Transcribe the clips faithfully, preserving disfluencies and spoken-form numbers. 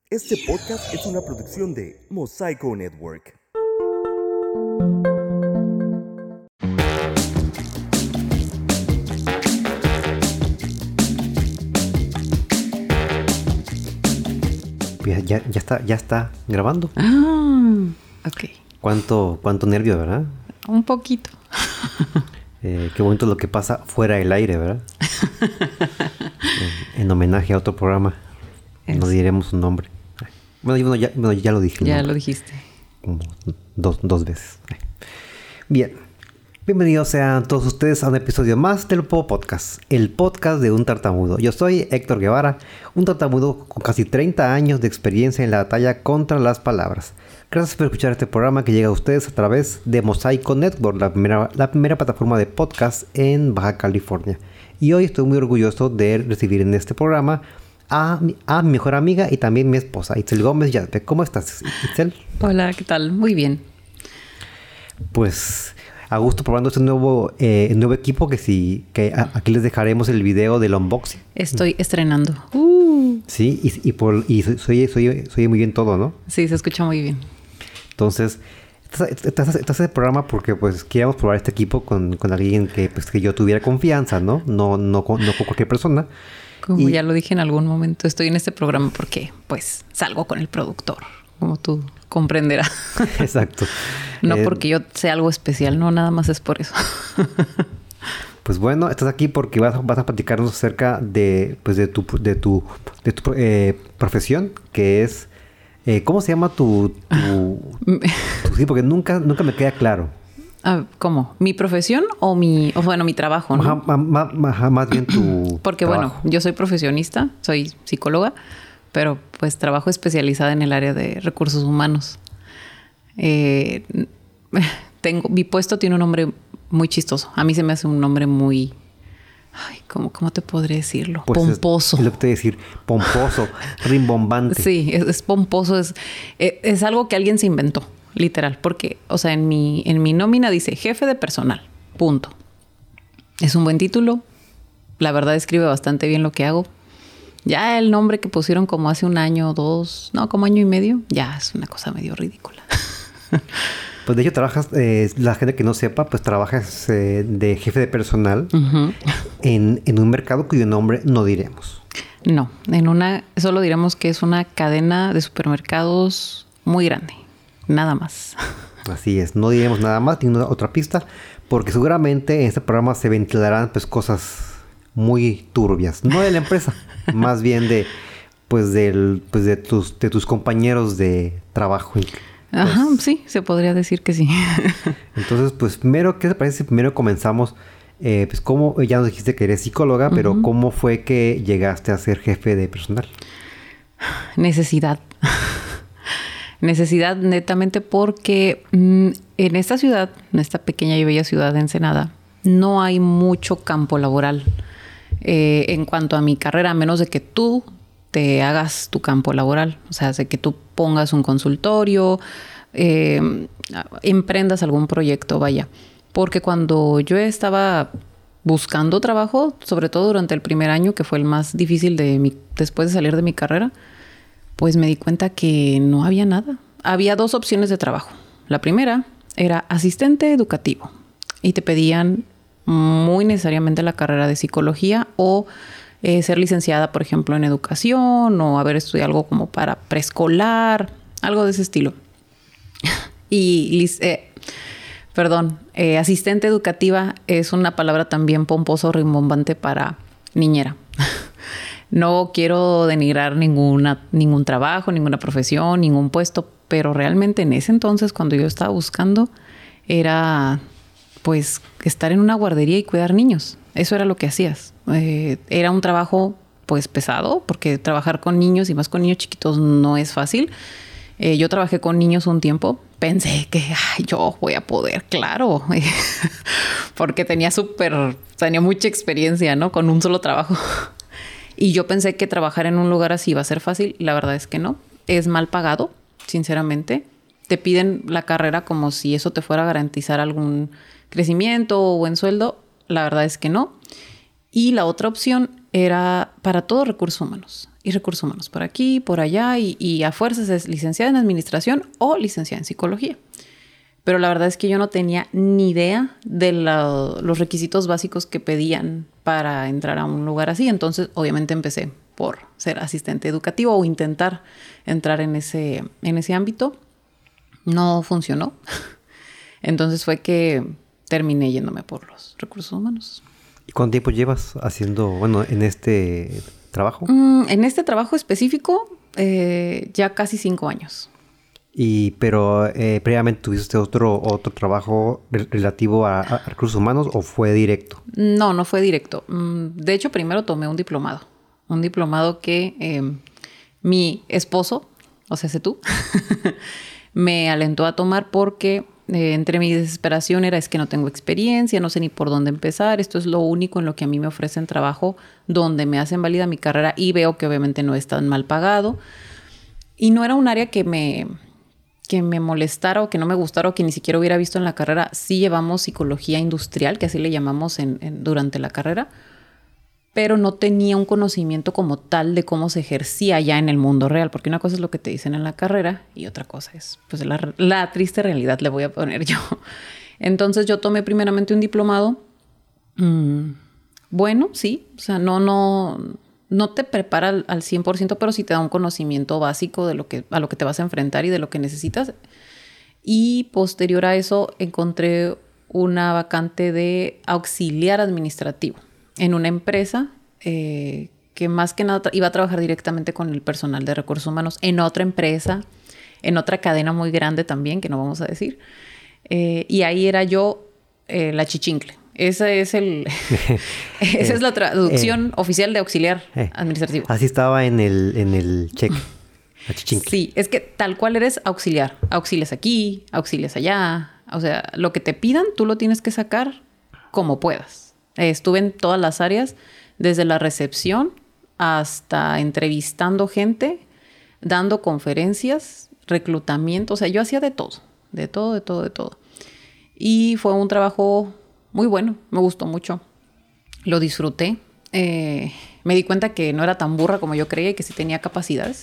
Este podcast es una producción de Mosaico Network. Ya, ya, ya está, ya está grabando. Ah, ok. Cuánto, cuánto nervio, ¿verdad? Un poquito. Eh, qué bonito lo que pasa fuera del aire, ¿verdad? en, en homenaje a otro programa. Es. No diremos su nombre. Bueno, yo, ya, bueno, ya lo dije. Ya lo dijiste. Como dos, dos veces. Bien. Bienvenidos sean todos ustedes a un episodio más del Popo Podcast, el podcast de un tartamudo. Yo soy Héctor Guevara, un tartamudo con casi treinta años de experiencia en la batalla contra las palabras. Gracias por escuchar este programa que llega a ustedes a través de Mosaico Network, la primera, la primera plataforma de podcast en Baja California. Y hoy estoy muy orgulloso de recibir en este programa a, a mi mejor amiga y también mi esposa, Itzel Gómez Yazbe. ¿Cómo estás, Itzel? Hola, ¿qué tal? Muy bien. Pues a gusto probando este nuevo, eh, nuevo equipo que sí, que a, aquí les dejaremos el video del unboxing. Estoy estrenando. Uh. Sí, y, y, por, y soy, soy, soy muy bien todo, ¿no? Sí, se escucha muy bien. Entonces, estás en el programa porque pues queríamos probar este equipo con, con alguien que, pues, que yo tuviera confianza, ¿no? No, no, con, no con cualquier persona. Como y, ya lo dije en algún momento, estoy en este programa porque pues salgo con el productor, como tú comprenderás. Exacto. No eh, porque yo sea algo especial, no, nada más es por eso. Pues bueno, estás aquí porque vas, vas a platicarnos acerca de, pues, de tu, de tu, de tu eh, profesión, que es, eh, ¿cómo se llama tu, tu, tu sí? Porque nunca, nunca me queda claro. Ah, ¿cómo? ¿Mi profesión o mi, o bueno, mi trabajo, no? Más, más, más, más bien tu Porque trabajo. Bueno, yo soy profesionista, soy psicóloga, pero pues trabajo especializada en el área de recursos humanos. Eh, tengo, mi puesto tiene un nombre muy chistoso. A mí se me hace un nombre muy... Ay, ¿cómo, cómo te podré decirlo? Pues pomposo. Es, es lo que te voy a decir. Pomposo, rimbombante. Sí, es, es pomposo. Es, es algo que alguien se inventó, literal. Porque, o sea, en mi, en mi nómina dice jefe de personal. Punto. Es un buen título. La verdad escribe bastante bien lo que hago. Ya el nombre que pusieron como hace un año o dos, no, como año y medio, ya es una cosa medio ridícula. Pues de hecho trabajas, eh, la gente que no sepa, pues trabajas eh, de jefe de personal uh-huh. en, en un mercado cuyo nombre no diremos. No, en una, solo diremos que es una cadena de supermercados muy grande, nada más. Así es, no diremos nada más, ni una otra pista, porque seguramente en este programa se ventilarán pues cosas muy turbias, no de la empresa, más bien de pues del pues de tus de tus compañeros de trabajo. Pues, ajá, sí, se podría decir que sí. Entonces, pues primero, ¿qué te parece si primero comenzamos? Eh, pues cómo, ya nos dijiste que eres psicóloga, pero uh-huh. ¿cómo fue que llegaste a ser jefe de personal? Necesidad. Necesidad netamente porque mmm, en esta ciudad, en esta pequeña y bella ciudad de Ensenada, no hay mucho campo laboral. Eh, en cuanto a mi carrera, a menos de que tú te hagas tu campo laboral, o sea, de que tú pongas un consultorio, eh, emprendas algún proyecto, vaya. Porque cuando yo estaba buscando trabajo, sobre todo durante el primer año, que fue el más difícil de mi, después de salir de mi carrera, pues me di cuenta que no había nada. Había dos opciones de trabajo. La primera era asistente educativo y te pedían muy necesariamente la carrera de psicología o eh, ser licenciada, por ejemplo, en educación o haber estudiado algo como para preescolar, algo de ese estilo. Y, eh, perdón, eh, asistente educativa es una palabra también pomposa o rimbombante para niñera. No quiero denigrar ninguna, ningún trabajo, ninguna profesión, ningún puesto, pero realmente en ese entonces, cuando yo estaba buscando, era pues estar en una guardería y cuidar niños. Eso era lo que hacías. Eh, era un trabajo pues pesado, porque trabajar con niños y más con niños chiquitos no es fácil. Eh, yo trabajé con niños un tiempo. Pensé que ay, yo voy a poder, claro, porque tenía súper, tenía mucha experiencia, ¿no? Con un solo trabajo. Y yo pensé que trabajar en un lugar así iba a ser fácil. La verdad es que no. Es mal pagado, sinceramente. Te piden la carrera como si eso te fuera a garantizar algún crecimiento o buen sueldo. La verdad es que no. Y la otra opción era para todos recursos humanos. y recursos humanos por aquí, por allá, y, y a fuerzas es licenciada en administración o licenciada en psicología. Pero la verdad es que yo no tenía ni idea de la, los requisitos básicos que pedían para entrar a un lugar así. Entonces, obviamente empecé por ser asistente educativo o intentar entrar en ese, en ese ámbito. No funcionó. Entonces fue que terminé yéndome por los recursos humanos. ¿Y cuánto tiempo llevas haciendo, bueno, en este trabajo? Mm, en este trabajo específico, eh, ya casi cinco años. Y, pero eh, previamente tuviste otro, otro trabajo re- relativo a, a recursos humanos o fue directo? No, no fue directo. Mm, de hecho, primero tomé un diplomado. Un diplomado que eh, mi esposo, o sea, sé tú, me alentó a tomar porque eh, entre mi desesperación era es que no tengo experiencia, no sé ni por dónde empezar. Esto es lo único en lo que a mí me ofrecen trabajo donde me hacen válida mi carrera y veo que obviamente no es tan mal pagado. Y no era un área que me... que me molestara o que no me gustara o que ni siquiera hubiera visto en la carrera. Sí llevamos psicología industrial, que así le llamamos en, en, durante la carrera, pero no tenía un conocimiento como tal de cómo se ejercía ya en el mundo real, porque una cosa es lo que te dicen en la carrera y otra cosa es pues la, la triste realidad, le voy a poner yo. Entonces yo tomé primeramente un diplomado. Mm, bueno, sí, o sea, no, no... No te prepara al, al cien por ciento, pero sí te da un conocimiento básico de lo que, a lo que te vas a enfrentar y de lo que necesitas. Y posterior a eso encontré una vacante de auxiliar administrativo en una empresa eh, que más que nada iba a trabajar directamente con el personal de recursos humanos en otra empresa, en otra cadena muy grande también, que no vamos a decir. Eh, y ahí era yo eh, la chichincle. Esa es el esa es la traducción eh, oficial de auxiliar eh, administrativo. Así estaba en el, en el cheque. Sí, es que tal cual eres auxiliar. Auxilias aquí, auxilias allá. O sea, lo que te pidan, tú lo tienes que sacar como puedas. Eh, estuve en todas las áreas, desde la recepción hasta entrevistando gente, dando conferencias, reclutamiento. O sea, yo hacía de todo, de todo, de todo, de todo. Y fue un trabajo muy bueno, me gustó mucho. Lo disfruté. Eh, me di cuenta que no era tan burra como yo creía y que sí tenía capacidades.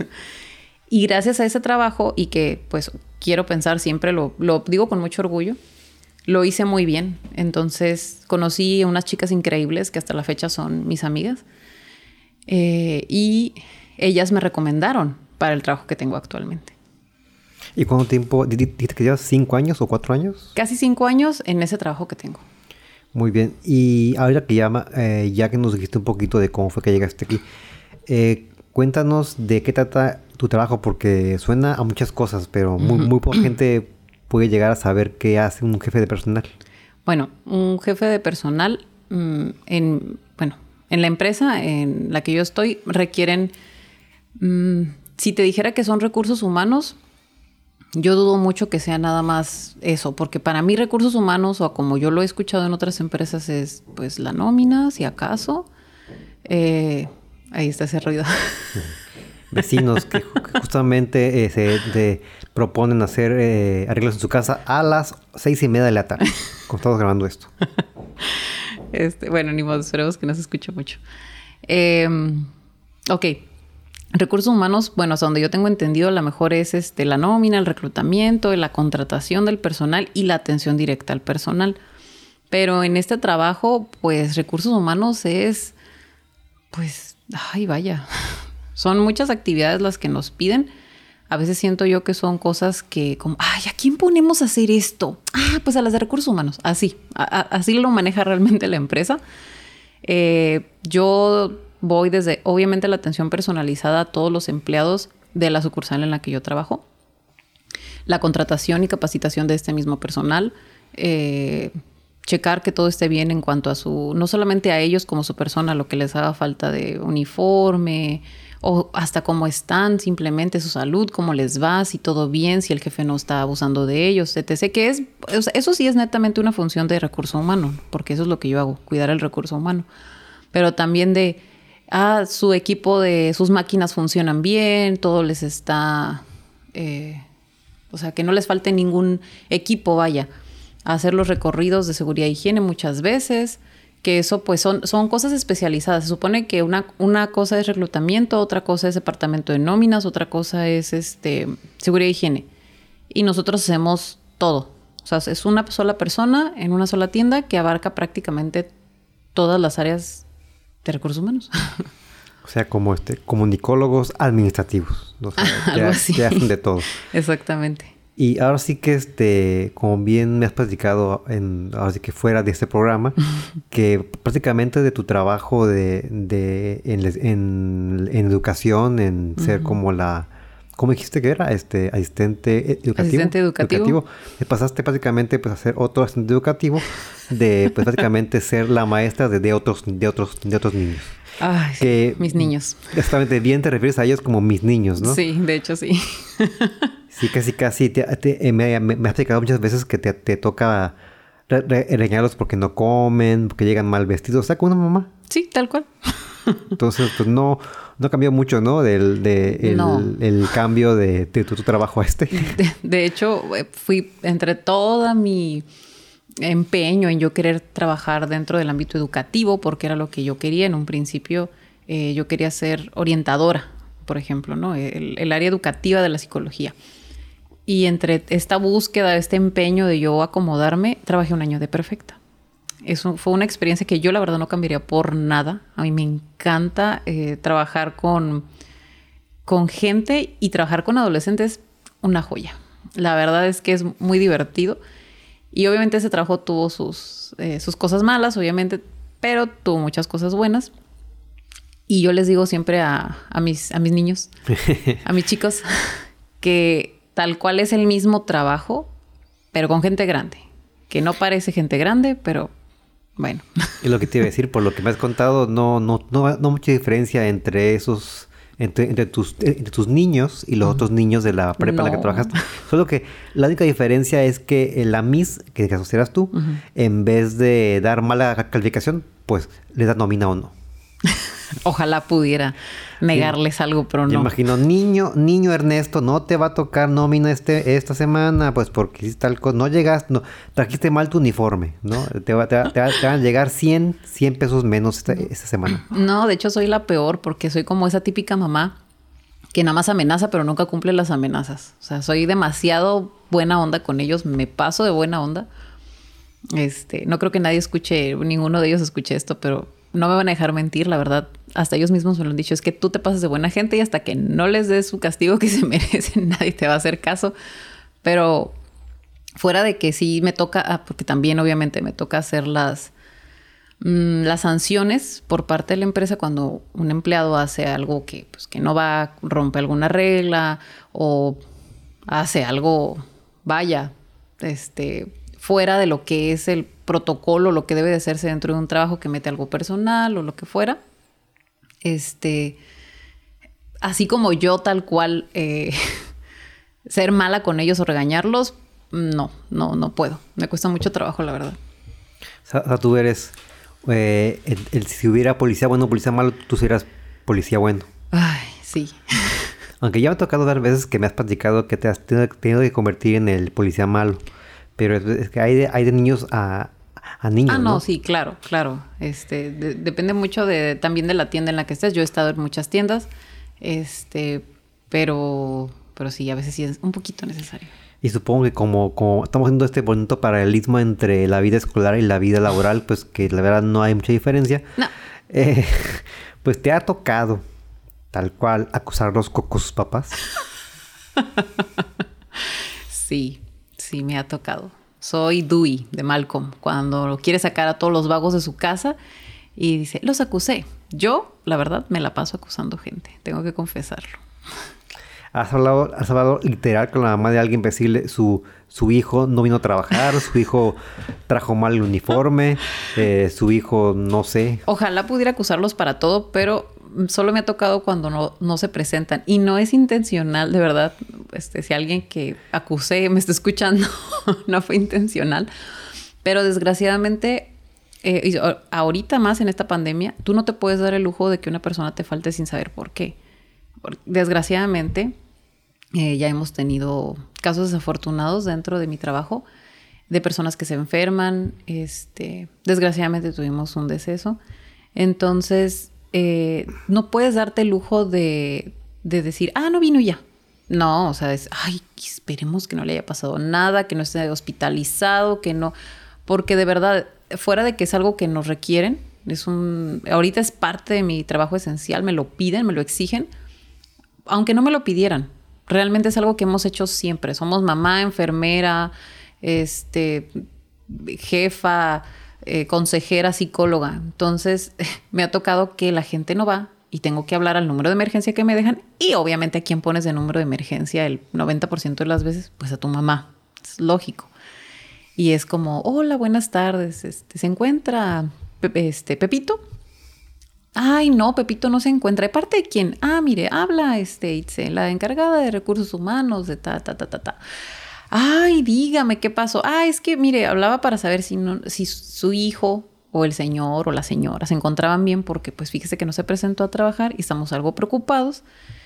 Y gracias a ese trabajo y que pues quiero pensar siempre, lo, lo digo con mucho orgullo, lo hice muy bien. Entonces conocí a unas chicas increíbles que hasta la fecha son mis amigas. Eh, y ellas me recomendaron para el trabajo que tengo actualmente. ¿Y cuánto tiempo? ¿Dijiste que llevas cinco años o cuatro años? Casi cinco años en ese trabajo que tengo. Muy bien. Y ahora que ya, eh, ya que nos dijiste un poquito de cómo fue que llegaste aquí, eh, cuéntanos de qué trata tu trabajo, porque suena a muchas cosas, pero muy, muy poca gente puede llegar a saber qué hace un jefe de personal. Bueno, un jefe de personal, mmm, en, bueno, en la empresa en la que yo estoy, requieren, mmm, si te dijera que son recursos humanos, yo dudo mucho que sea nada más eso, porque para mí recursos humanos, o como yo lo he escuchado en otras empresas, es pues la nómina, si acaso. Eh, ahí está ese ruido. Vecinos que justamente eh, se de, proponen hacer eh, arreglos en su casa a las seis y media de la tarde, cuando estamos grabando esto. Este, bueno, ni modo, esperemos que no se escuche mucho. Eh, ok. Recursos humanos, bueno, hasta donde yo tengo entendido, a lo mejor es este, la nómina, el reclutamiento, la contratación del personal y la atención directa al personal. Pero en este trabajo, pues, recursos humanos es, pues, ay, vaya, son muchas actividades las que nos piden. A veces siento yo que son cosas que como, ay, ¿a quién ponemos a hacer esto? Ah, pues a las de recursos humanos. Así, a, a, así lo maneja realmente la empresa. Eh, yo... Voy desde, obviamente, la atención personalizada a todos los empleados de la sucursal en la que yo trabajo. La contratación y capacitación de este mismo personal. Eh, checar que todo esté bien en cuanto a su... No solamente a ellos como su persona, lo que les haga falta de uniforme o hasta cómo están, simplemente su salud, cómo les va, si todo bien, si el jefe no está abusando de ellos, etcétera. Que es... O sea, eso sí es netamente una función de recurso humano, porque eso es lo que yo hago, cuidar el recurso humano. Pero también de... Ah, su equipo de sus máquinas funcionan bien, todo les está... Eh, o sea, que no les falte ningún equipo, vaya. A hacer los recorridos de seguridad e higiene muchas veces, Que eso pues son, son cosas especializadas. Se supone que una, una cosa es reclutamiento, otra cosa es departamento de nóminas, otra cosa es este seguridad e higiene. Y nosotros hacemos todo. O sea, es una sola persona en una sola tienda que abarca prácticamente todas las áreas de recursos humanos. O sea, como este, comunicólogos administrativos. O sea, Algo que, así. que hacen de todo. Exactamente. Y ahora sí que, este, como bien me has platicado, en, ahora sí que fuera de este programa, que prácticamente de tu trabajo de, de en, en, en educación, en uh-huh. ser como la, ¿cómo dijiste que era? Este, asistente educativo. Asistente educativo. educativo. Te pasaste prácticamente pues a ser otro asistente educativo, de pues prácticamente ser la maestra de, de otros, de otros, de otros niños. Ay, que, mis niños. Exactamente, bien te refieres a ellos como mis niños, ¿no? Sí, de hecho sí. Sí, casi, casi. Te, te, eh, me, me, me has explicado muchas veces que te, te toca re, re, regañarlos porque no comen, porque llegan mal vestidos. O sea, como una mamá. Sí, tal cual. Entonces, pues no, no cambió mucho, ¿no? Del de, el, no. el cambio de, de tu, tu trabajo a este. De, de hecho, fui entre toda mi empeño en yo querer trabajar dentro del ámbito educativo, porque era lo que yo quería. En un principio, eh, yo quería ser orientadora, por ejemplo, ¿no? El, el área educativa de la psicología. Y entre esta búsqueda, este empeño de yo acomodarme, trabajé un año de perfecta. Eso fue una experiencia que yo la verdad no cambiaría por nada. A mí me encanta eh, trabajar con, con gente y trabajar con adolescentes, una joya. La verdad es que es muy divertido. Y obviamente ese trabajo tuvo sus, eh, sus cosas malas, obviamente, pero tuvo muchas cosas buenas. Y yo les digo siempre a, a, mis, a mis niños, a mis chicos, que tal cual es el mismo trabajo, pero con gente grande. Que no parece gente grande, pero bueno. Y lo que te iba a decir, por lo que me has contado, no, no, no, no mucha diferencia entre esos, entre, entre, tus, entre tus niños y los mm. otros niños de la prepa no. en la que trabajaste. Solo que la única diferencia es que la Miss, que eras tú, uh-huh. en vez de dar mala calificación, pues le da nómina o no. Ojalá pudiera negarles sí. algo, pero no. Me imagino, niño, niño Ernesto, no te va a tocar nómina este, esta semana, pues porque hiciste tal cosa, no llegaste, no, trajiste mal tu uniforme, ¿no? Te, va, te, va, te, va, te van a llegar cien, cien pesos menos esta, esta semana. No, de hecho soy la peor porque soy como esa típica mamá que nada más amenaza, pero nunca cumple las amenazas. O sea, soy demasiado buena onda con ellos, me paso de buena onda. Este, no creo que nadie escuche, ninguno de ellos escuche esto, pero no me van a dejar mentir, la verdad. Hasta ellos mismos me lo han dicho. Es que tú te pasas de buena gente y hasta que no les des su castigo que se merecen, nadie te va a hacer caso. Pero fuera de que sí me toca, ah, porque también obviamente me toca hacer las, mmm, las sanciones por parte de la empresa cuando un empleado hace algo que, pues, que no va, rompe alguna regla o hace algo, vaya, este... fuera de lo que es el protocolo, lo que debe de hacerse dentro de un trabajo, que mete algo personal o lo que fuera. Este, así como yo tal cual eh, ser mala con ellos o regañarlos, no, no, no puedo. Me cuesta mucho trabajo, la verdad. O sea, tú eres, eh, el, el, si hubiera policía bueno o policía malo, tú serías policía bueno. Ay, sí. Aunque ya me ha tocado dar veces que me has platicado que te has tenido que convertir en el policía malo. Pero es, es que hay de, hay de niños a, a niños, Ah, no, ¿no? sí, claro, claro. Este, de, depende mucho de, también de la tienda en la que estés. Yo he estado en muchas tiendas, este, pero, pero sí, a veces sí es un poquito necesario. Y supongo que como, como estamos haciendo este bonito paralelismo entre la vida escolar y la vida laboral, pues que la verdad no hay mucha diferencia. No. Eh, pues te ha tocado, tal cual, acusarlos con sus papás. Sí. Sí, me ha tocado. Soy Dewey de Malcolm, cuando quiere sacar a todos los vagos de su casa y dice, los acusé. Yo, la verdad, me la paso acusando gente. Tengo que confesarlo. ¿Has hablado, has hablado literal con la mamá de alguien para decirle su, su hijo no vino a trabajar, su hijo trajo mal el uniforme, eh, su hijo no sé? Ojalá pudiera acusarlos para todo, pero solo me ha tocado cuando no, no se presentan. Y no es intencional, de verdad. Este, si alguien que acusé me está escuchando, no fue intencional. Pero desgraciadamente, eh, ahorita más en esta pandemia, tú no te puedes dar el lujo de que una persona te falte sin saber por qué. Porque, desgraciadamente, eh, ya hemos tenido casos desafortunados dentro de mi trabajo de personas que se enferman. Este, desgraciadamente tuvimos un deceso. Entonces, eh, no puedes darte el lujo de, de decir, ah, no vino ya. No, o sea, es, ay, esperemos que no le haya pasado nada, que no esté hospitalizado, que no... Porque de verdad, fuera de que es algo que nos requieren, es un... Ahorita es parte de mi trabajo esencial, me lo piden, me lo exigen, aunque no me lo pidieran. Realmente es algo que hemos hecho siempre. Somos mamá, enfermera, este, jefa, eh, consejera, psicóloga. Entonces, me ha tocado que la gente no va y tengo que hablar al número de emergencia que me dejan. Y obviamente, ¿a quién pones de número de emergencia el noventa por ciento de las veces? Pues a tu mamá. Es lógico. Y es como, hola, buenas tardes. Este, ¿se encuentra Pe- este, Pepito? Ay, no, Pepito no se encuentra. ¿De parte de quién? Ah, mire, habla este, Itzel, la encargada de recursos humanos, de ta, ta, ta, ta, ta. Ay, dígame, ¿qué pasó? Ah, es que, mire, hablaba para saber si, no, si su hijo o el señor o la señora se encontraban bien, porque pues fíjese que no se presentó a trabajar y estamos algo preocupados.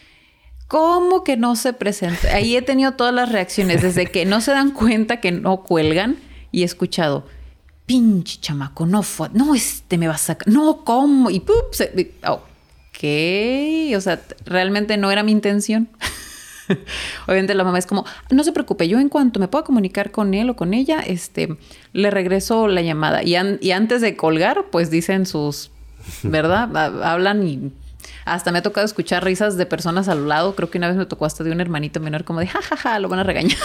¿Cómo que no se presenta? Ahí he tenido todas las reacciones, desde que no se dan cuenta que no cuelgan y he escuchado, pinche chamaco, no fue, no, este me va a sacar, no, ¿cómo? Y ¡pup! Se, ok, o sea, realmente no era mi intención. Obviamente la mamá es como, no se preocupe, yo en cuanto me pueda comunicar con él o con ella, este, le regreso la llamada. Y, an- y antes de colgar, pues dicen sus, ¿verdad? Hablan y hasta me ha tocado escuchar risas de personas al lado. Creo que una vez me tocó hasta de un hermanito menor como de, jajaja, ja, ja, lo van a regañar.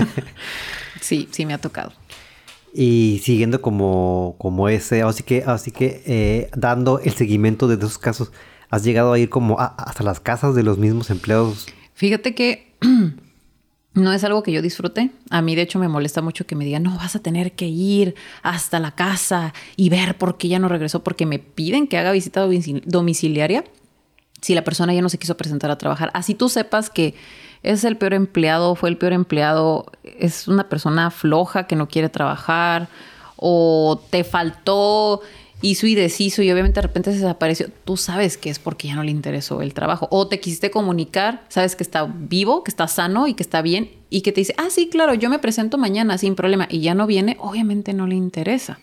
Sí, sí me ha tocado. Y siguiendo como, como ese, así que, así que eh, dando el seguimiento de esos casos, ¿has llegado a ir como a, hasta las casas de los mismos empleados? Fíjate que no es algo que yo disfrute. A mí, de hecho, me molesta mucho que me digan, no, vas a tener que ir hasta la casa y ver por qué ya no regresó, porque me piden que haga visita domiciliaria si la persona ya no se quiso presentar a trabajar. Así tú sepas que es el peor empleado, fue el peor empleado, es una persona floja que no quiere trabajar o te faltó, hizo y deshizo y obviamente de repente se desapareció. Tú sabes que es porque ya no le interesó el trabajo. O te quisiste comunicar, sabes que está vivo, que está sano y que está bien y que te dice, ah, sí, claro, yo me presento mañana sin problema y ya no viene, obviamente no le interesa.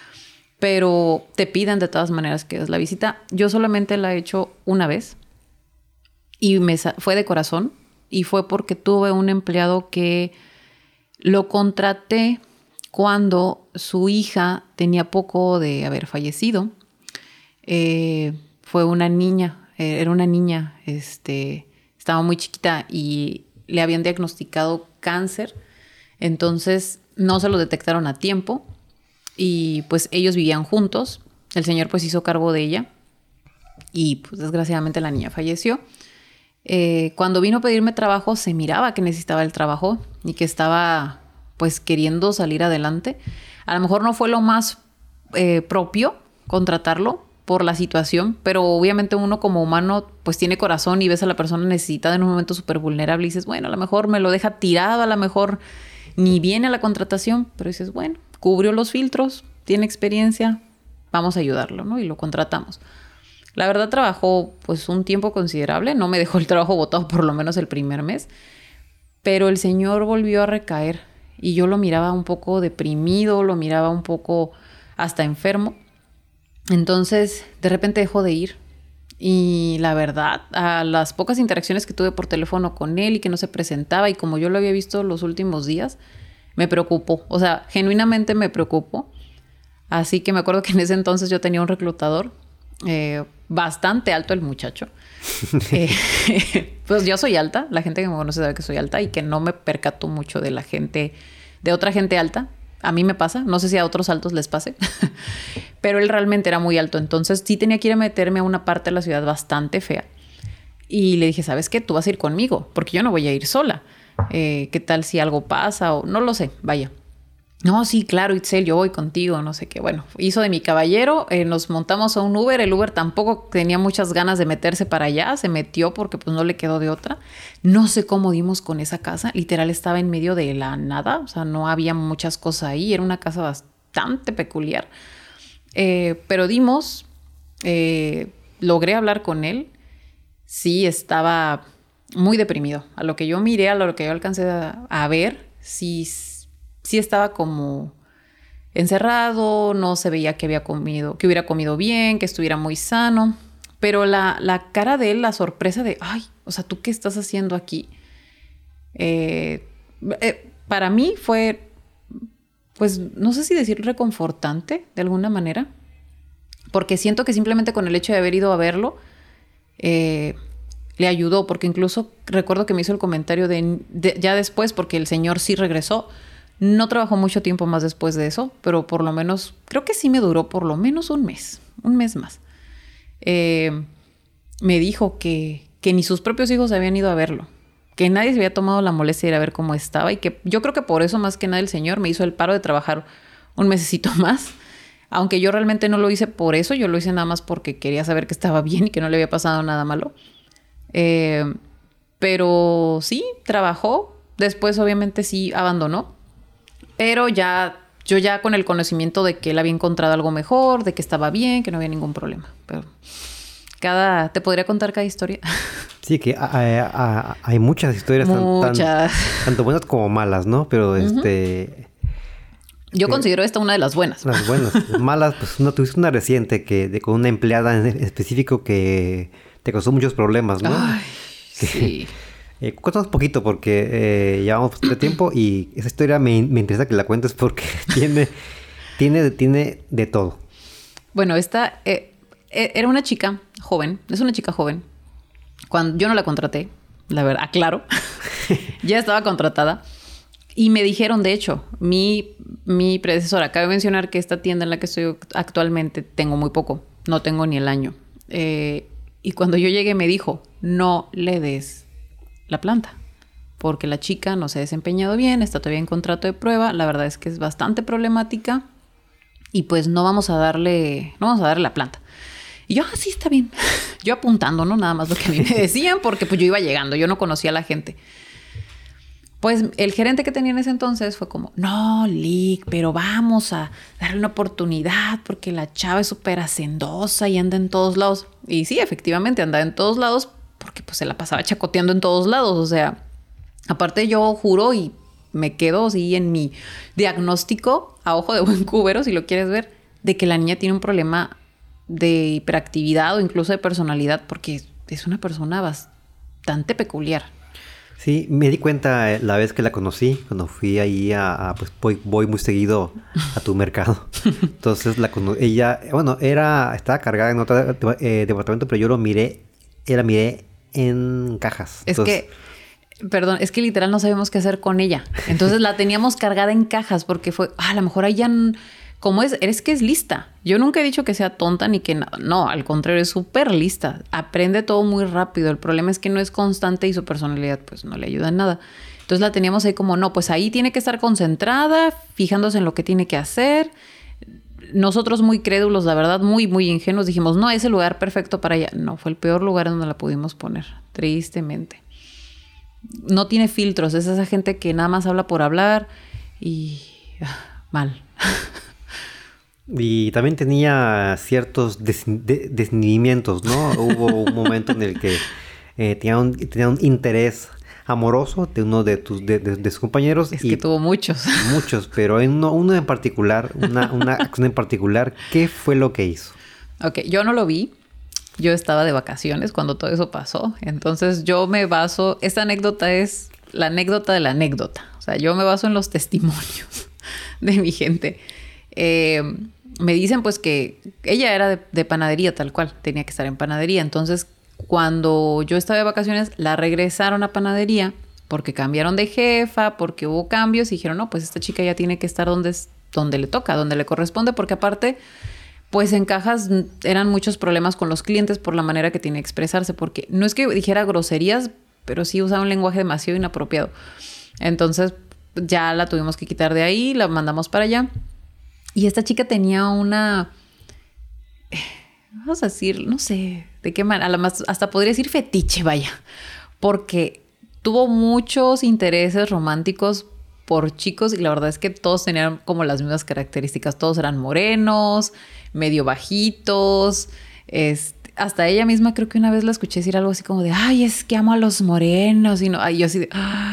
Pero te piden de todas maneras que es la visita. Yo solamente la he hecho una vez y me fue de corazón y fue porque tuve un empleado que lo contraté cuando su hija tenía poco de haber fallecido. Eh, fue una niña, eh, era una niña, este, estaba muy chiquita y le habían diagnosticado cáncer. Entonces no se lo detectaron a tiempo. Y pues ellos vivían juntos. El señor pues hizo cargo de ella. Y pues desgraciadamente la niña falleció. Eh, cuando vino a pedirme trabajo se miraba que necesitaba el trabajo y que estaba pues queriendo salir adelante. A lo mejor no fue lo más eh, propio contratarlo por la situación, pero obviamente uno como humano pues tiene corazón y ves a la persona necesitada en un momento súper vulnerable y dices, bueno, a lo mejor me lo deja tirado, a lo mejor ni viene a la contratación, pero dices, bueno, cubrió los filtros, tiene experiencia, vamos a ayudarlo, ¿no? Y lo contratamos. La verdad trabajó pues un tiempo considerable, no me dejó el trabajo botado por lo menos el primer mes, pero el señor volvió a recaer y yo lo miraba un poco deprimido, lo miraba un poco hasta enfermo. Entonces de repente dejó de ir y la verdad, a las pocas interacciones que tuve por teléfono con él y que no se presentaba y como yo lo había visto los últimos días, me preocupó, o sea, genuinamente me preocupó. Así que me acuerdo que en ese entonces yo tenía un reclutador, eh, bastante alto el muchacho. eh, pues yo soy alta, la gente que me conoce sabe que soy alta y que no me percato mucho de la gente, de otra gente alta. A mí me pasa, no sé si a otros altos les pase, pero él realmente era muy alto. Entonces sí tenía que ir a meterme a una parte de la ciudad bastante fea. Y le dije, ¿sabes qué? Tú vas a ir conmigo, porque yo no voy a ir sola. Eh, ¿qué tal si algo pasa? O no lo sé, vaya. No, sí, claro, Itzel, yo voy contigo, no sé qué. Bueno, hizo de mi caballero, eh, nos montamos a un Uber. El Uber tampoco tenía muchas ganas de meterse para allá, se metió porque pues no le quedó de otra. No sé cómo dimos con esa casa, literal estaba en medio de la nada, o sea, no había muchas cosas ahí, era una casa bastante peculiar. Eh, pero dimos, eh, logré hablar con él, sí estaba muy deprimido. A lo que yo miré, a lo que yo alcancé a, a ver, sí... sí sí estaba como encerrado, no se veía que había comido, que hubiera comido bien, que estuviera muy sano. Pero la, la cara de él, la sorpresa de, ay, o sea, ¿tú qué estás haciendo aquí? Eh, eh, para mí fue, pues, no sé si decir reconfortante de alguna manera. Porque siento que simplemente con el hecho de haber ido a verlo, eh, le ayudó. Porque incluso recuerdo que me hizo el comentario de, de ya después, porque el señor sí regresó. No trabajó mucho tiempo más después de eso, pero por lo menos, creo que sí me duró por lo menos un mes, un mes más. Eh, me dijo que, que ni sus propios hijos habían ido a verlo, que nadie se había tomado la molestia de ir a ver cómo estaba y que yo creo que por eso más que nada el señor me hizo el paro de trabajar un mesecito más, aunque yo realmente no lo hice por eso, yo lo hice nada más porque quería saber que estaba bien y que no le había pasado nada malo. Eh, pero sí, trabajó, después obviamente sí abandonó, pero ya yo ya con el conocimiento de que él había encontrado algo mejor, de que estaba bien, que no había ningún problema. Pero cada... ¿Te podría contar cada historia? Sí, que hay, hay, hay muchas historias. Muchas. Tan, tan, tanto buenas como malas, ¿no? Pero uh-huh. este... Yo que, considero esta una de las buenas. Las buenas. Malas, pues no tuviste una reciente que de, con una empleada en específico que te causó muchos problemas, ¿no? Ay, que, sí. Eh, cuéntanos poquito porque eh, llevamos bastante tiempo y esa historia me, me interesa que la cuentes porque tiene, tiene, tiene de todo. Bueno, esta eh, eh, era una chica joven, es una chica joven. Cuando yo no la contraté, la verdad, aclaro, ya estaba contratada y me dijeron, de hecho, mi, mi predecesora, cabe mencionar que esta tienda en la que estoy actualmente tengo muy poco, no tengo ni el año. Eh, y cuando yo llegué me dijo, no le des la planta, porque la chica no se ha desempeñado bien, está todavía en contrato de prueba, la verdad es que es bastante problemática y pues no vamos a darle, no vamos a darle la planta. Y yo, ah, sí, está bien. Yo apuntando, ¿no? Nada más lo que a mí me decían, porque pues yo iba llegando, yo no conocía a la gente. Pues el gerente que tenía en ese entonces fue como, no, Lick, pero vamos a darle una oportunidad porque la chava es súper hacendosa y anda en todos lados. Y sí, efectivamente, anda en todos lados, porque pues se la pasaba chacoteando en todos lados. O sea, aparte yo juro y me quedo así en mi diagnóstico a ojo de buen cubero, si lo quieres ver, de que la niña tiene un problema de hiperactividad o incluso de personalidad, porque es una persona bastante peculiar. Sí, me di cuenta la vez que la conocí, cuando fui ahí a, a pues voy, voy muy seguido a tu mercado. Entonces la cono- ella, bueno, era, estaba cargada en otro eh, departamento, pero yo lo miré, eh, la miré en cajas. Es Entonces, que, perdón, es que literal no sabemos qué hacer con ella. Entonces la teníamos cargada en cajas porque fue, ah, a lo mejor ella, como es, es que es lista. Yo nunca he dicho que sea tonta ni que nada. No, al contrario, es súper lista. Aprende todo muy rápido. El problema es que no es constante y su personalidad pues no le ayuda en nada. Entonces la teníamos ahí como, no, pues ahí tiene que estar concentrada, fijándose en lo que tiene que hacer. Nosotros muy crédulos, la verdad, muy, muy ingenuos, dijimos, no, es el lugar perfecto para ella. No, fue el peor lugar donde la pudimos poner, tristemente. No tiene filtros, es esa gente que nada más habla por hablar y ah, mal. Y también tenía ciertos des- de- desinhibimientos, ¿no? Hubo un momento en el que eh, tenía, un, tenía un interés amoroso de uno de tus de, de, de sus compañeros. Es y que tuvo muchos. Muchos, pero en uno, uno en particular, una, una acción en particular, ¿qué fue lo que hizo? Ok, yo no lo vi. Yo estaba de vacaciones cuando todo eso pasó. Entonces yo me baso... Esta anécdota es la anécdota de la anécdota. O sea, yo me baso en los testimonios de mi gente. Eh, me dicen pues que ella era de, de panadería tal cual. Tenía que estar en panadería. Entonces, cuando yo estaba de vacaciones, la regresaron a panadería porque cambiaron de jefa, porque hubo cambios y dijeron, no, pues esta chica ya tiene que estar donde, donde le toca, donde le corresponde, porque aparte... Pues en cajas eran muchos problemas con los clientes por la manera que tiene que expresarse, porque no es que dijera groserías, pero sí usaba un lenguaje demasiado inapropiado. Entonces ya la tuvimos que quitar de ahí, la mandamos para allá. Y esta chica tenía una... Vamos a decir, no sé de qué manera, hasta podría decir fetiche, vaya. Porque tuvo muchos intereses románticos por chicos y la verdad es que todos tenían como las mismas características. Todos eran morenos, medio bajitos. Este, hasta ella misma creo que una vez la escuché decir algo así como de, ay, es que amo a los morenos. Y no, ay, yo así de, ah,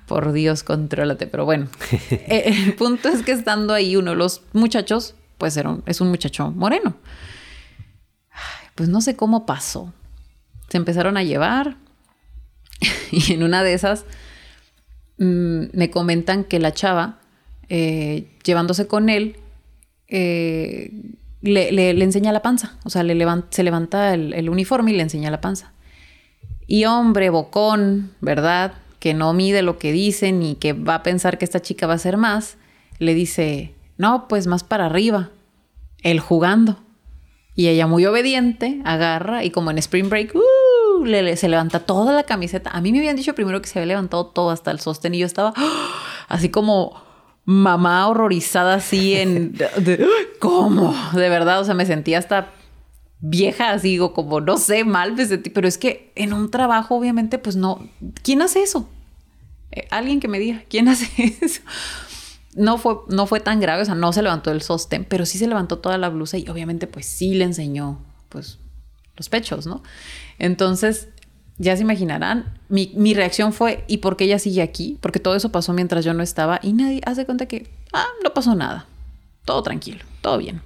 por Dios, contrólate. Pero bueno, el punto es que estando ahí uno de los muchachos, pues era un, es un muchacho moreno. Pues no sé cómo pasó. Se empezaron a llevar y en una de esas mmm, me comentan que la chava, eh, llevándose con él, eh, le, le, le enseña la panza. O sea, le levant, se levanta el, el uniforme y le enseña la panza. Y hombre, bocón, ¿verdad? Que no mide lo que dicen y que va a pensar que esta chica va a hacer más. Le dice, no, pues más para arriba. Él jugando. Y ella muy obediente, agarra y como en Spring Break, uh, le, le, se levanta toda la camiseta. A mí me habían dicho primero que se había levantado todo hasta el sostén y yo estaba ¡oh! Así como mamá horrorizada así en... De, de, ¿cómo? De verdad, o sea, me sentía hasta vieja así o como, no sé, mal me sentí. Pero es que en un trabajo obviamente pues no... ¿Quién hace eso? Eh, alguien que me diga, ¿quién hace eso? No fue, no fue tan grave, o sea, no se levantó el sostén, pero sí se levantó toda la blusa y obviamente pues sí le enseñó pues los pechos, ¿no? Entonces, ya se imaginarán, mi, mi reacción fue, ¿y por qué ella sigue aquí? Porque todo eso pasó mientras yo no estaba y nadie hace cuenta que, ah, no pasó nada, todo tranquilo, todo bien.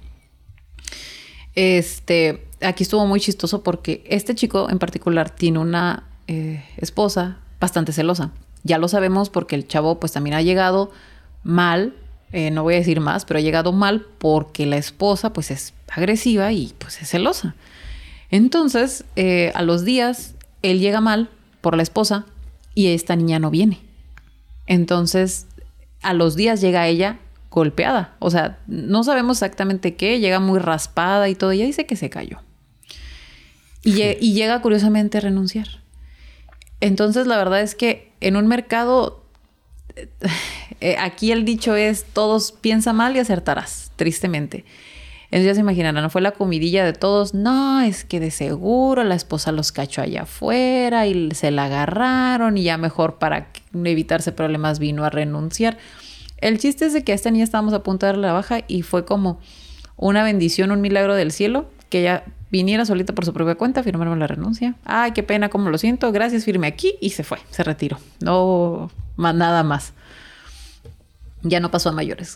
Este, aquí estuvo muy chistoso porque este chico en particular tiene una eh, esposa bastante celosa. Ya lo sabemos porque el chavo pues también ha llegado mal, eh, no voy a decir más, pero ha llegado mal porque la esposa pues es agresiva y pues es celosa. Entonces, eh, a los días, él llega mal por la esposa y esta niña no viene. Entonces, a los días llega ella golpeada. O sea, no sabemos exactamente qué, llega muy raspada y todo. Ella dice que se cayó. Y, sí. y llega curiosamente a renunciar. Entonces, la verdad es que en un mercado... Eh, aquí el dicho es todos piensa mal y acertarás, tristemente. Entonces ya se imaginarán, fue la comidilla de todos. No, es que de seguro la esposa los cachó allá afuera y se la agarraron y ya mejor para evitarse problemas vino a renunciar. El chiste es de que a esta niña estábamos a punto de darle la baja y fue como una bendición, un milagro del cielo que ella viniera solita por su propia cuenta a firmarme la renuncia. Ay, qué pena, cómo lo siento, gracias, firme aquí y se fue, se retiró. No, más, nada más. Ya no pasó a mayores.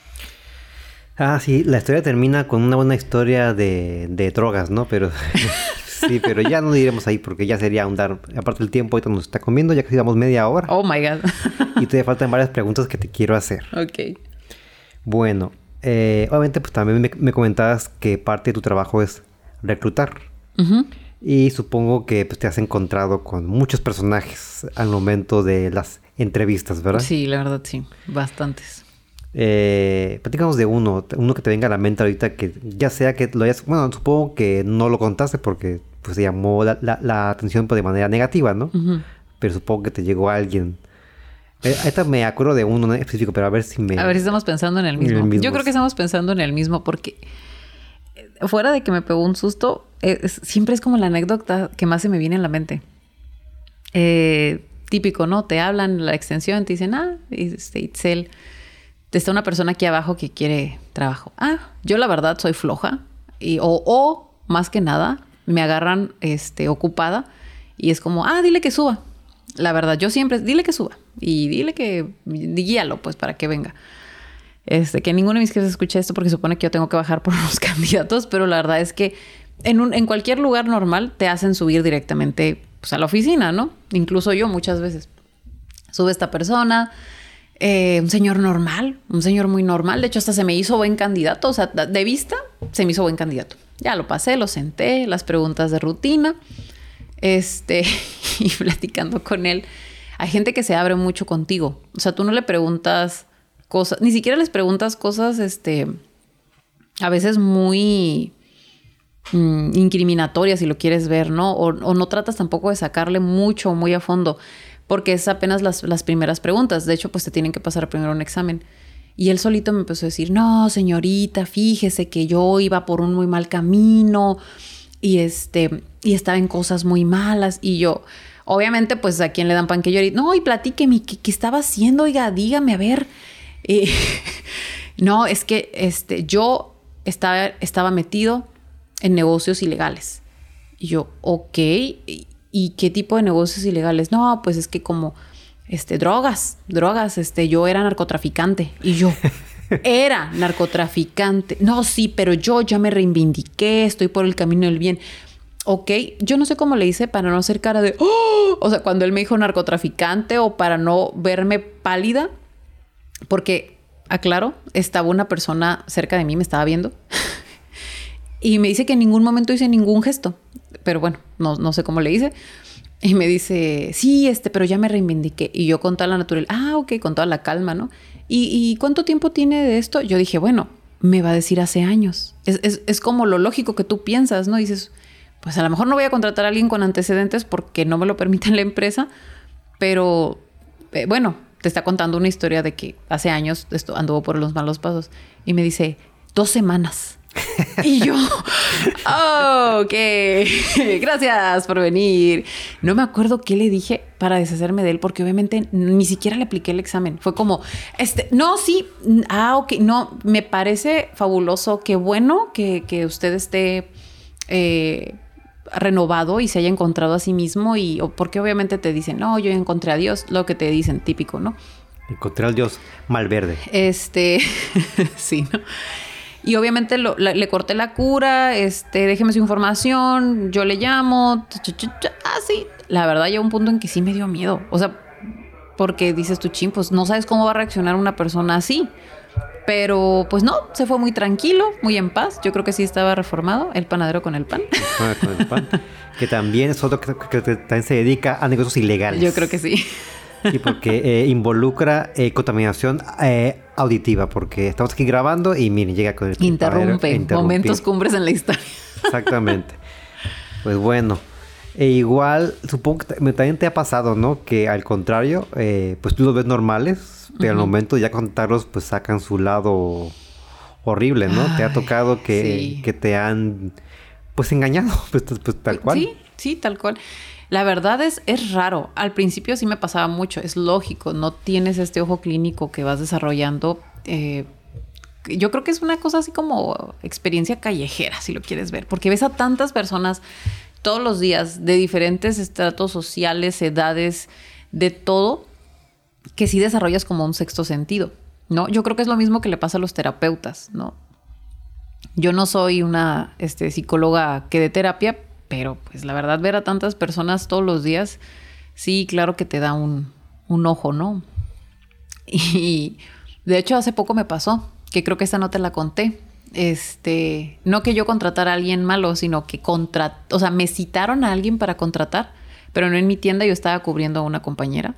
Ah, sí, la historia termina con una buena historia de, de drogas, ¿no? Pero sí, pero ya no diremos ahí porque ya sería ahondar. Aparte el tiempo ahorita nos está comiendo, ya que llevamos media hora. Oh, my God. Y te faltan varias preguntas que te quiero hacer. Ok. Bueno, eh, obviamente pues también me, me comentabas que parte de tu trabajo es reclutar. Uh-huh. Y supongo que pues, te has encontrado con muchos personajes al momento de las entrevistas, ¿verdad? Sí, la verdad sí. Bastantes. Eh, platícanos de uno, uno que te venga a la mente ahorita que ya sea que lo hayas... Bueno, supongo que no lo contaste porque pues, te llamó la, la, la atención pues, de manera negativa, ¿no? Uh-huh. Pero supongo que te llegó alguien... Eh, esta me acuerdo de uno específico, pero a ver si me... A ver si estamos pensando en el mismo. En el mismo. Yo creo que estamos pensando en el mismo porque... Fuera de que me pegó un susto, es, siempre es como la anécdota que más se me viene en la mente. Eh, típico, ¿no? Te hablan la extensión, te dicen, ah, este, Itzel, está una persona aquí abajo que quiere trabajo. Ah, yo la verdad soy floja. Y, o, o, más que nada, me agarran este, ocupada y es como, ah, dile que suba. La verdad, yo siempre, dile que suba. Y dile que, guíalo, pues, para que venga. Este, que ninguno de mis jefes escuche esto porque supone que yo tengo que bajar por los candidatos, pero la verdad es que en, un, en cualquier lugar normal te hacen subir directamente pues, a la oficina, ¿no? Incluso yo muchas veces. Sube esta persona, eh, un señor normal, un señor muy normal. De hecho, hasta se me hizo buen candidato. O sea, de vista, se me hizo buen candidato. Ya lo pasé, lo senté, las preguntas de rutina. Este, y platicando con él. Hay gente que se abre mucho contigo. O sea, tú no le preguntas... cosas, ni siquiera les preguntas cosas, este, a veces muy mmm, incriminatorias si lo quieres ver, ¿no? O, o no tratas tampoco de sacarle mucho o muy a fondo, porque es apenas las, las primeras preguntas. De hecho, pues te tienen que pasar primero un examen. Y él solito me empezó a decir, no, señorita, fíjese que yo iba por un muy mal camino y este, y estaba en cosas muy malas. Y yo, obviamente, pues a quién le dan pan que llore. No, y platíqueme, ¿qué, qué estaba haciendo? Oiga, dígame, a ver. Eh, no, es que este, yo estaba, estaba metido en negocios ilegales. Y yo, ok, ¿y, ¿y qué tipo de negocios ilegales? No, pues es que como este, drogas, drogas, este, yo era narcotraficante. Y yo, era narcotraficante. No, sí, pero yo ya me reivindiqué, estoy por el camino del bien. Ok, yo no sé cómo le hice para no hacer cara de... ¡Oh! O sea, cuando él me dijo narcotraficante o para no verme pálida. Porque, aclaro, estaba una persona cerca de mí, me estaba viendo. Y me dice que en ningún momento hice ningún gesto. Pero bueno, no, no sé cómo le hice. Y me dice, sí, este, pero ya me reivindiqué. Y yo con toda la naturalidad, ah, ok, con toda la calma, ¿no? ¿Y, y cuánto tiempo tiene de esto? Yo dije, bueno, me va a decir hace años. Es, es, es como lo lógico que tú piensas, ¿no? Dices, pues a lo mejor no voy a contratar a alguien con antecedentes porque no me lo permite la empresa. Pero, eh, bueno, te está contando una historia de que hace años esto anduvo por los malos pasos. Y me dice, dos semanas. Y yo, oh, ok, gracias por venir. No me acuerdo qué le dije para deshacerme de él, porque obviamente ni siquiera le apliqué el examen. Fue como, este, no, sí, ah, ok, no, me parece fabuloso, qué bueno que, que usted esté eh, renovado y se haya encontrado a sí mismo. Y porque obviamente te dicen, no, yo encontré a Dios, lo que te dicen, típico, ¿no? Encontré al Dios Malverde. Este, sí, ¿no? Y obviamente lo, la, le corté la cura, este, déjeme su información, yo le llamo, ah, sí. La verdad llegó un punto en que sí me dio miedo. O sea, porque dices tú, chin, pues no sabes cómo va a reaccionar una persona así. Pero pues no, se fue muy tranquilo, muy en paz. Yo creo que sí estaba reformado, el panadero con el pan. Ah, con el pan. Que también es otro que, que, que también se dedica a negocios ilegales. Yo creo que sí. Sí, porque eh, involucra eh, contaminación eh, auditiva, porque estamos aquí grabando y miren, llega con el Interrumpe, momentos cumbres en la historia. Exactamente. Pues bueno, e igual supongo que también te ha pasado, ¿no? Que al contrario, eh, pues tú los ves normales, pero uh-huh. al momento de ya contarlos, pues sacan su lado horrible, ¿no? Ay, te ha tocado que, sí. que te han, pues, engañado, pues, pues tal cual. Sí, sí, tal cual. La verdad es, es raro. Al principio sí me pasaba mucho. Es lógico. No tienes este ojo clínico que vas desarrollando. Eh, yo creo que es una cosa así como experiencia callejera, si lo quieres ver. Porque ves a tantas personas todos los días de diferentes estratos sociales, edades, de todo, que sí desarrollas como un sexto sentido, ¿no? Yo creo que es lo mismo que le pasa a los terapeutas, ¿no? Yo no soy una este, psicóloga que dé terapia, pero pues la verdad ver a tantas personas todos los días, sí, claro que te da un, un ojo, ¿no? Y de hecho hace poco me pasó, que creo que esta no te la conté. Este, no que yo contratara a alguien malo, sino que contra, o sea, me citaron a alguien para contratar, pero no en mi tienda, yo estaba cubriendo a una compañera.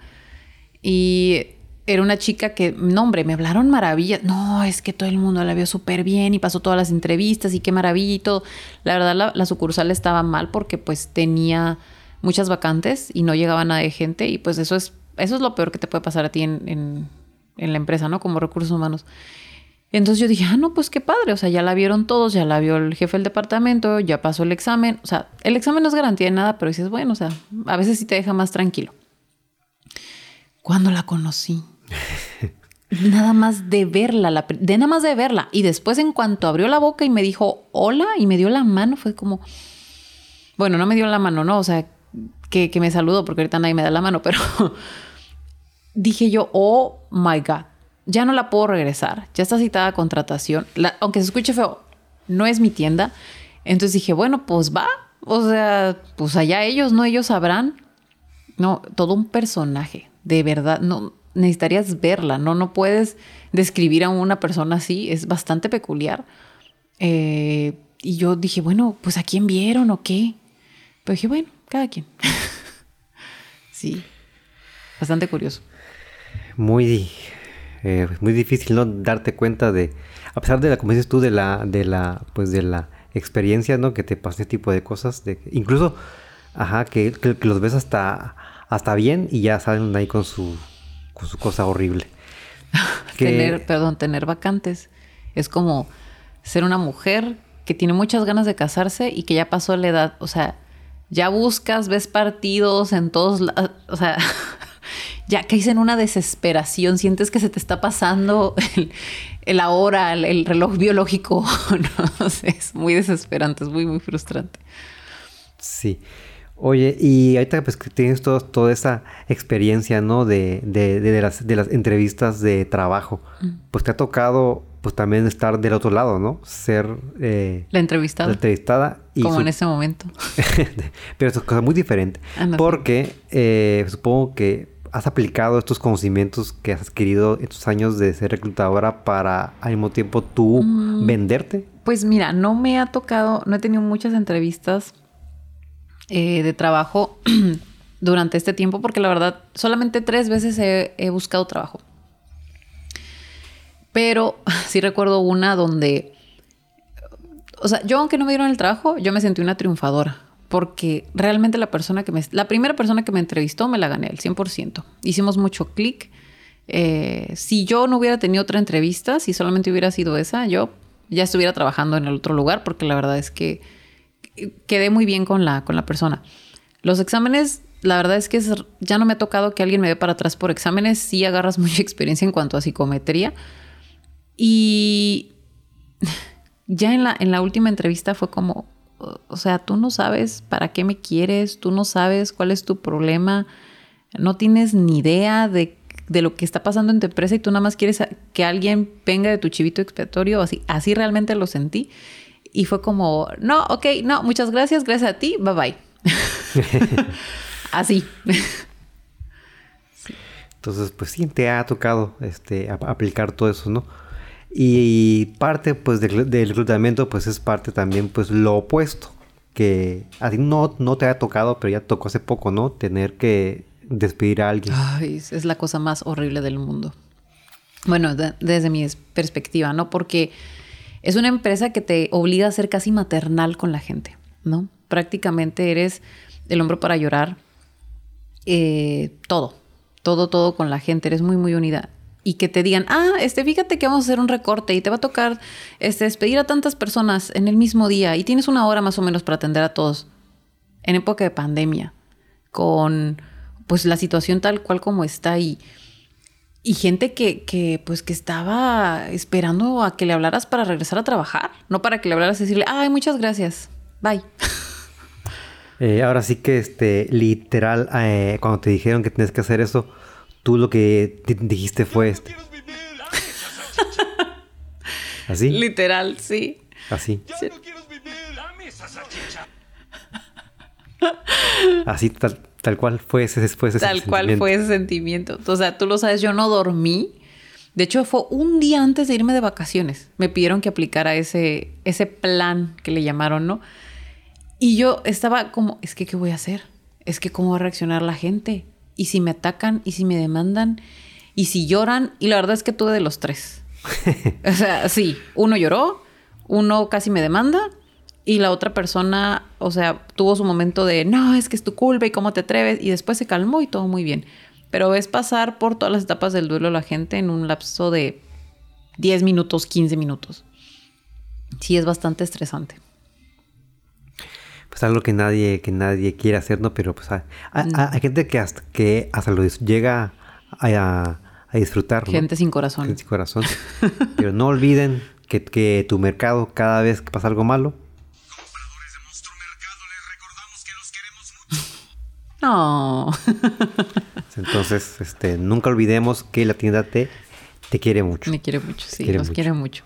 Y era una chica que, no hombre, me hablaron maravillas. No, es que todo el mundo la vio súper bien y pasó todas las entrevistas y qué maravilla y todo. La verdad, la, la sucursal estaba mal porque pues tenía muchas vacantes y no llegaba nada de gente. Y pues eso es, eso es lo peor que te puede pasar a ti en, en, en la empresa, ¿no? Como recursos humanos. Entonces yo dije, ah, no, pues qué padre. O sea, ya la vieron todos, ya la vio el jefe del departamento, ya pasó el examen. O sea, el examen no es garantía de nada, pero dices, bueno, o sea, a veces sí te deja más tranquilo. ¿Cuándo la conocí? Nada más de verla, la, de nada más de verla. Y después en cuanto abrió la boca y me dijo hola y me dio la mano, fue como... Bueno, no me dio la mano, ¿no? O sea, que, que me saludó porque ahorita nadie me da la mano, pero dije yo, oh my God, ya no la puedo regresar. Ya está citada a contratación. La, aunque se escuche feo, no es mi tienda. Entonces dije, bueno, pues va. O sea, pues allá ellos, ¿no? Ellos sabrán. No, todo un personaje. De verdad, no... Necesitarías verla, ¿no? No puedes describir a una persona así. Es bastante peculiar. Eh, y yo dije, bueno, pues ¿a quién vieron o qué? Pero dije, bueno, cada quien. Sí. Bastante curioso. Muy, eh, muy difícil, ¿no? Darte cuenta de... A pesar de la, como dices tú, de la, de la, pues de la experiencia, ¿no? Que te pasa este tipo de cosas. De, incluso, ajá, que, que, que los ves hasta, hasta bien y ya salen ahí con su... con su cosa horrible. Que... Tener, perdón, tener vacantes. Es como ser una mujer que tiene muchas ganas de casarse y que ya pasó la edad. O sea, ya buscas, ves partidos en todos lados. O sea, ya caes en una desesperación. Sientes que se te está pasando el, el ahora, el, el reloj biológico. No sé, es muy desesperante, es muy, muy frustrante. Sí. Oye, y ahorita pues que tienes todo, toda esa experiencia, ¿no? De, de, de, de las, de las entrevistas de trabajo. Mm. Pues te ha tocado pues también estar del otro lado, ¿no? Ser... Eh, la entrevistada. La entrevistada. Y Como su... en ese momento. Pero es una cosa muy diferente. Ah, no, porque eh, supongo que has aplicado estos conocimientos que has adquirido en tus años de ser reclutadora para al mismo tiempo tú mm, venderte. Pues mira, no me ha tocado, no he tenido muchas entrevistas eh, de trabajo durante este tiempo porque la verdad solamente tres veces he, he buscado trabajo. Pero sí recuerdo una donde, o sea, yo aunque no me dieron el trabajo, yo me sentí una triunfadora. Porque realmente la persona que me... La primera persona que me entrevistó me la gané al cien por ciento. Hicimos mucho clic. Eh, si yo no hubiera tenido otra entrevista, si solamente hubiera sido esa, yo ya estuviera trabajando en el otro lugar porque la verdad es que quedé muy bien con la, con la persona. Los exámenes, la verdad es que es, ya no me ha tocado que alguien me dé para atrás por exámenes. Sí agarras mucha experiencia en cuanto a psicometría. Y ya en la, en la última entrevista fue como... O sea, tú no sabes para qué me quieres, tú no sabes cuál es tu problema, no tienes ni idea de, de lo que está pasando en tu empresa y tú nada más quieres que alguien venga de tu chivito expiatorio. Así, así realmente lo sentí. Y fue como, no, ok, no, muchas gracias, gracias a ti, bye bye. Así. Sí. Entonces, pues sí, te ha tocado este, a- aplicar todo eso, ¿no? Y parte, pues, del, del reclutamiento, pues, es parte también, pues, lo opuesto. Que a ti no, no te ha tocado, pero ya tocó hace poco, ¿no? Tener que despedir a alguien. Ay, es la cosa más horrible del mundo. Bueno, de, desde mi perspectiva, ¿no? Porque es una empresa que te obliga a ser casi maternal con la gente, ¿no? Prácticamente eres el hombro para llorar. Eh, todo, todo, todo con la gente. Eres muy, muy unida. Y que te digan, ah, este, fíjate que vamos a hacer un recorte y te va a tocar este, despedir a tantas personas en el mismo día y tienes una hora más o menos para atender a todos. En época de pandemia, con pues la situación tal cual como está y, y gente que, que pues que estaba esperando a que le hablaras para regresar a trabajar, no para que le hablaras y decirle, ay, muchas gracias, bye. Eh, ahora sí que, este, literal, eh, cuando te dijeron que tienes que hacer eso, tú lo que d- dijiste fue este. ¿Así? Literal, sí. Así. Ya Sí. no quiero vivir. Dame esa salchicha. Así, tal, tal cual fue ese, fue ese Tal cual sentimiento. fue ese sentimiento. O sea, tú lo sabes, yo no dormí. De hecho, fue un día antes de irme de vacaciones. Me pidieron que aplicara ese, ese plan que le llamaron, ¿no? Y yo estaba como, es que, ¿qué voy a hacer? Es que, ¿cómo va a reaccionar la gente? ¿Y si me atacan? ¿Y si me demandan? ¿Y si lloran? Y la verdad es que tuve de los tres. O sea, sí. Uno lloró, uno casi me demanda y la otra persona, o sea, tuvo su momento de, no, es que es tu culpa y cómo te atreves. Y después se calmó y todo muy bien. Pero es pasar por todas las etapas del duelo a la gente en un lapso de diez minutos, quince minutos. Sí, es bastante estresante. Pues algo que nadie, que nadie quiere hacer, ¿no? Pero pues hay, hay, hay gente que hasta, que hasta lo dis- llega a, a, a disfrutar, ¿no? Gente sin corazón. Gente sin corazón. Pero no olviden que, que tu mercado, cada vez que pasa algo malo, Compradores de Monstruo Mercado, les recordamos que los queremos mucho. No. entonces, este, nunca olvidemos que la tienda te, te quiere mucho. Me quiere mucho, sí, Quiere nos mucho. quiere mucho.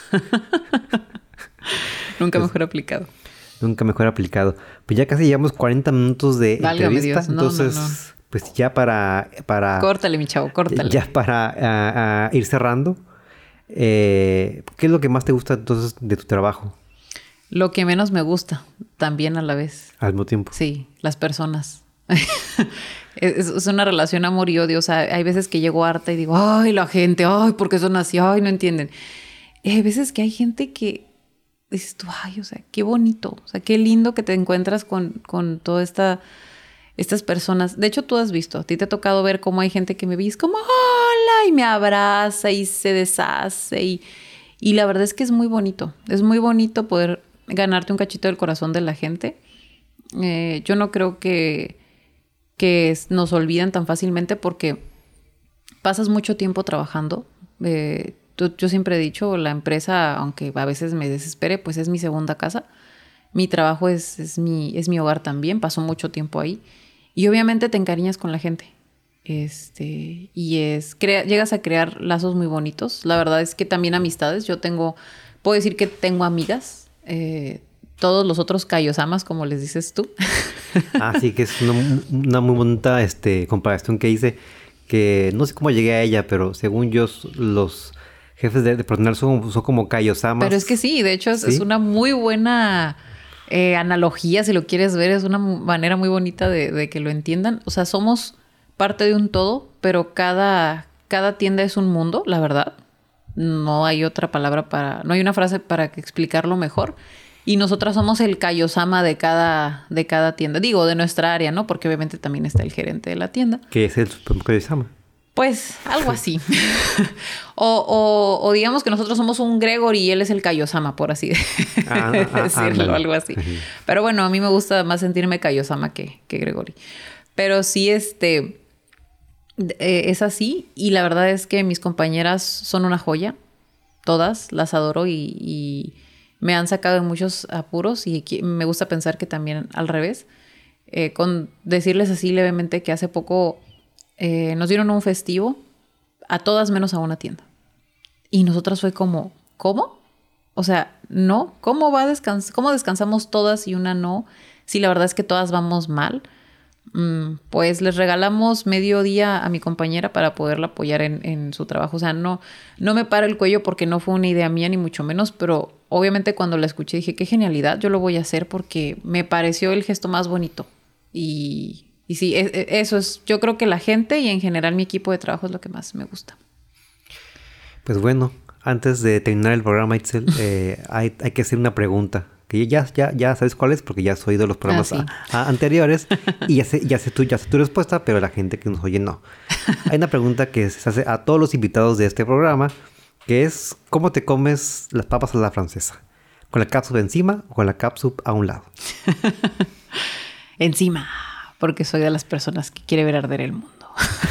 Nunca mejor aplicado. Nunca mejor aplicado. Pues ya casi llevamos cuarenta minutos de Válgame entrevista. Dios, no, no, entonces, no. pues ya para... para Córtale, mi chavo, córtale. Ya para a- a ir cerrando, eh, ¿qué es lo que más te gusta entonces de tu trabajo Lo que menos me gusta, también a la vez. al mismo tiempo? Sí, las personas. es, es una relación amor y odio. O sea, hay veces que llego harta y digo, ay, la gente, ay, ¿por qué son así? Ay, no entienden. Y hay veces que hay gente que dices tú, ay, o sea, qué bonito. O sea, qué lindo que te encuentras con, con toda esta... Estas personas, de hecho tú has visto, a ti te ha tocado ver cómo hay gente que me ve y es como, hola, y me abraza y se deshace. Y, y la verdad es que es muy bonito, es muy bonito poder ganarte un cachito del corazón de la gente. Eh, yo no creo que, que nos olviden tan fácilmente porque pasas mucho tiempo trabajando. Eh, tú, yo siempre he dicho, la empresa, aunque a veces me desespere, pues es mi segunda casa. Mi trabajo es, es, mi, es mi hogar también, paso mucho tiempo ahí. Y obviamente te encariñas con la gente. Este, y es, crea, llegas a crear lazos muy bonitos. La verdad es que también amistades. Yo tengo, puedo decir que tengo amigas. Eh, todos los otros kaiosamas, como les dices tú. Ah, sí, que es una, una muy bonita este, comparación que hice. Que no sé cómo llegué a ella, pero según yo, los jefes de, de personal son, son como kaiosamas. Pero es que sí, de hecho es, ¿Sí? es una muy buena eh, analogía, si lo quieres ver. Es una manera muy bonita de, de que lo entiendan. O sea, somos parte de un todo, pero cada, cada tienda es un mundo, la verdad. No hay otra palabra para... No hay una frase para explicarlo mejor. Y nosotras somos el kaiosama de cada, de cada tienda. Digo, de nuestra área, ¿no? Porque obviamente también está el gerente de la tienda. Que es el kaiosama. Pues algo así. o, o, o digamos que nosotros somos un Gregory y él es el kaiosama, por así Ah, ah, decirlo, ah, algo así. Pero bueno, a mí me gusta más sentirme kaiosama que, que Gregory. Pero sí, este... Eh, es así. Y la verdad es que mis compañeras son una joya. Todas las adoro y... y me han sacado de muchos apuros y me gusta pensar que también al revés. Eh, con decirles así levemente que hace poco eh, nos dieron un festivo a todas menos a una tienda. Y nosotras fue como, ¿cómo? O sea, no. ¿Cómo va a descansar? ¿Cómo descansamos todas y una no? Si la verdad es que todas vamos mal. Mm, pues les regalamos medio día a mi compañera para poderla apoyar en, en su trabajo. O sea, no, no me para el cuello porque no fue una idea mía ni mucho menos, pero obviamente cuando la escuché dije, qué genialidad, yo lo voy a hacer porque me pareció el gesto más bonito. Y, y sí, es, eso es, yo creo que la gente y en general mi equipo de trabajo es lo que más me gusta. Pues bueno, antes de terminar el programa, Itzel, eh, hay, hay que hacer una pregunta. Que ya, ya, ya sabes cuál es, porque ya has oído los programas ah, sí. a, a anteriores. Y ya sé, ya, sé tu, ya sé tu respuesta, pero la gente que nos oye no. Hay una pregunta que se hace a todos los invitados de este programa, que es, ¿cómo te comes las papas a la francesa? ¿Con la cápsula encima o con la cápsula a un lado? Encima, porque soy de las personas que quiere ver arder el mundo.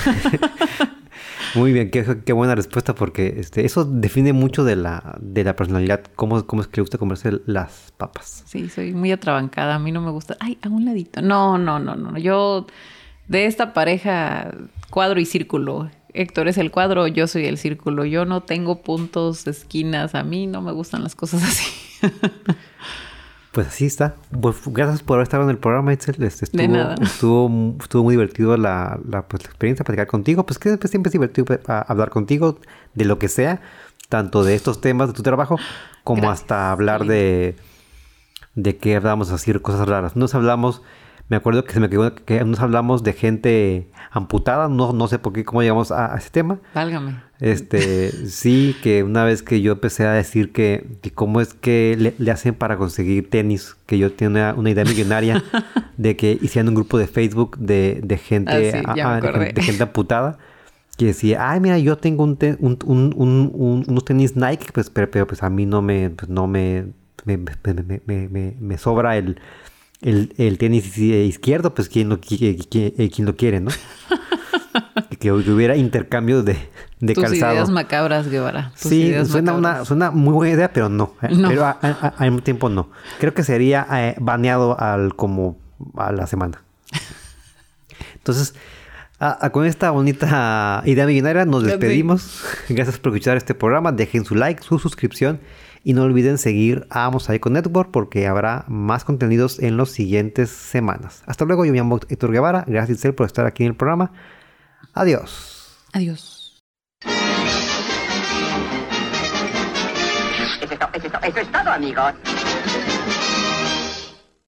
Muy bien, qué, qué buena respuesta, porque este, eso define mucho de la, de la personalidad, cómo, cómo es que le gusta comerse las papas. Sí, soy muy atrabancada, a mí no me gusta. Ay, a un ladito. No, no, no, no. Yo, de esta pareja, cuadro y círculo. Héctor es el cuadro, yo soy el círculo. Yo no tengo puntos, esquinas. A mí no me gustan las cosas así. Pues así está. Pues, gracias por haber estado en el programa, Itzel. Este, estuvo, de nada. Estuvo, estuvo muy divertido la, la, pues, la experiencia, platicar contigo. Pues que pues, siempre es divertido a, hablar contigo de lo que sea, tanto de estos temas de tu trabajo, como gracias. Hasta hablar de, de que hablamos así, cosas raras. Nos hablamos, me acuerdo que se me quedó que nos hablamos de gente amputada, no, no sé por qué, cómo llegamos a, a ese tema. Válgame. Este, sí, que una vez que yo empecé a decir que, que cómo es que le, le hacen para conseguir tenis, que yo tenía una, una idea millonaria de que hicieran un grupo de Facebook de, de gente ah, sí, a, de, de gente amputada, que decía, ay, mira, yo tengo un, te, un, un, un, un unos tenis Nike, pues, pero, pero pues a mí no me, pues, no me, me, me, me, me, me sobra el, el, el tenis izquierdo, pues quien lo, quien, quien lo quiere, ¿no? Que hubiera intercambio de, de Tus calzado. Tus ideas macabras, Guevara. Tus sí, suena una, suena muy buena idea, pero no. no. Pero a, a, al mismo tiempo no. Creo que sería eh, baneado al como a la semana. Entonces, a, a, con esta bonita idea millonaria nos despedimos. Gracias por escuchar este programa. Dejen su like, su suscripción y no olviden seguir a Mosaico Network porque habrá más contenidos en las siguientes semanas. Hasta luego, yo me llamo Héctor Guevara. Gracias, Itzel, por estar aquí en el programa. Adiós. Adiós. Eso es, to- eso es to- eso es todo, amigos.